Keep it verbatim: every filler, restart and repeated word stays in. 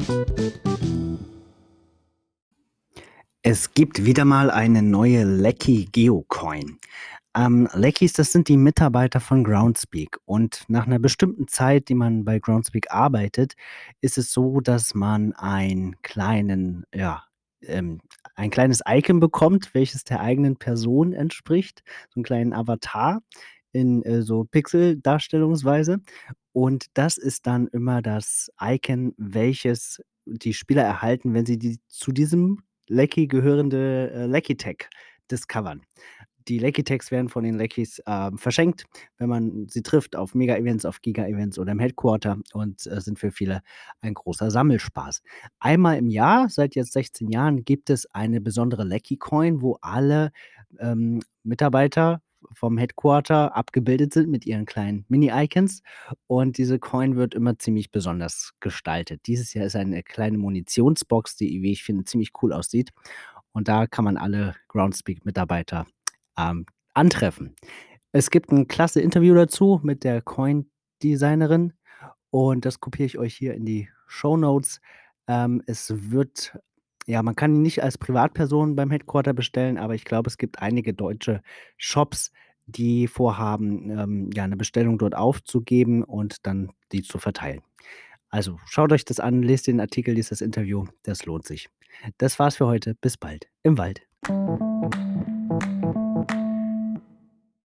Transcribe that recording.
Es gibt wieder mal eine neue Lecky Geocoin. Ähm, Leckies, das sind die Mitarbeiter von Groundspeak. Und nach einer bestimmten Zeit, die man bei Groundspeak arbeitet, ist es so, dass man einen kleinen, ja, ähm, ein kleines Icon bekommt, welches der eigenen Person entspricht, so einen kleinen Avatar in, äh, so Pixeldarstellungsweise. Und das ist dann immer das Icon, welches die Spieler erhalten, wenn sie die zu diesem Lecky gehörende, äh, Lecky Tag discovern. Die Lecky Tags werden von den Leckys, ähm, verschenkt, wenn man sie trifft auf Mega-Events, auf Giga-Events oder im Headquarter und, äh, sind für viele ein großer Sammelspaß. Einmal im Jahr, seit jetzt sechzehn Jahren, gibt es eine besondere Lecky Coin, wo alle, ähm, Mitarbeiter vom Headquarter abgebildet sind mit ihren kleinen Mini-Icons und diese Coin wird immer ziemlich besonders gestaltet. Dieses Jahr ist eine kleine Munitionsbox, die, wie ich finde, ziemlich cool aussieht und da kann man alle Groundspeak-Mitarbeiter ähm, antreffen. Es gibt 'n klasse Interview dazu mit der Coin-Designerin und das kopiere ich euch hier in die Shownotes. Ähm, es wird ja, man kann ihn nicht als Privatperson beim Headquarter bestellen, aber ich glaube, es gibt einige deutsche Shops, die vorhaben, ähm, ja, 'ne Bestellung dort aufzugeben und dann die zu verteilen. Also, schaut euch das an, lest den Artikel, lest das Interview, das lohnt sich. Das war's für heute. Bis bald im Wald.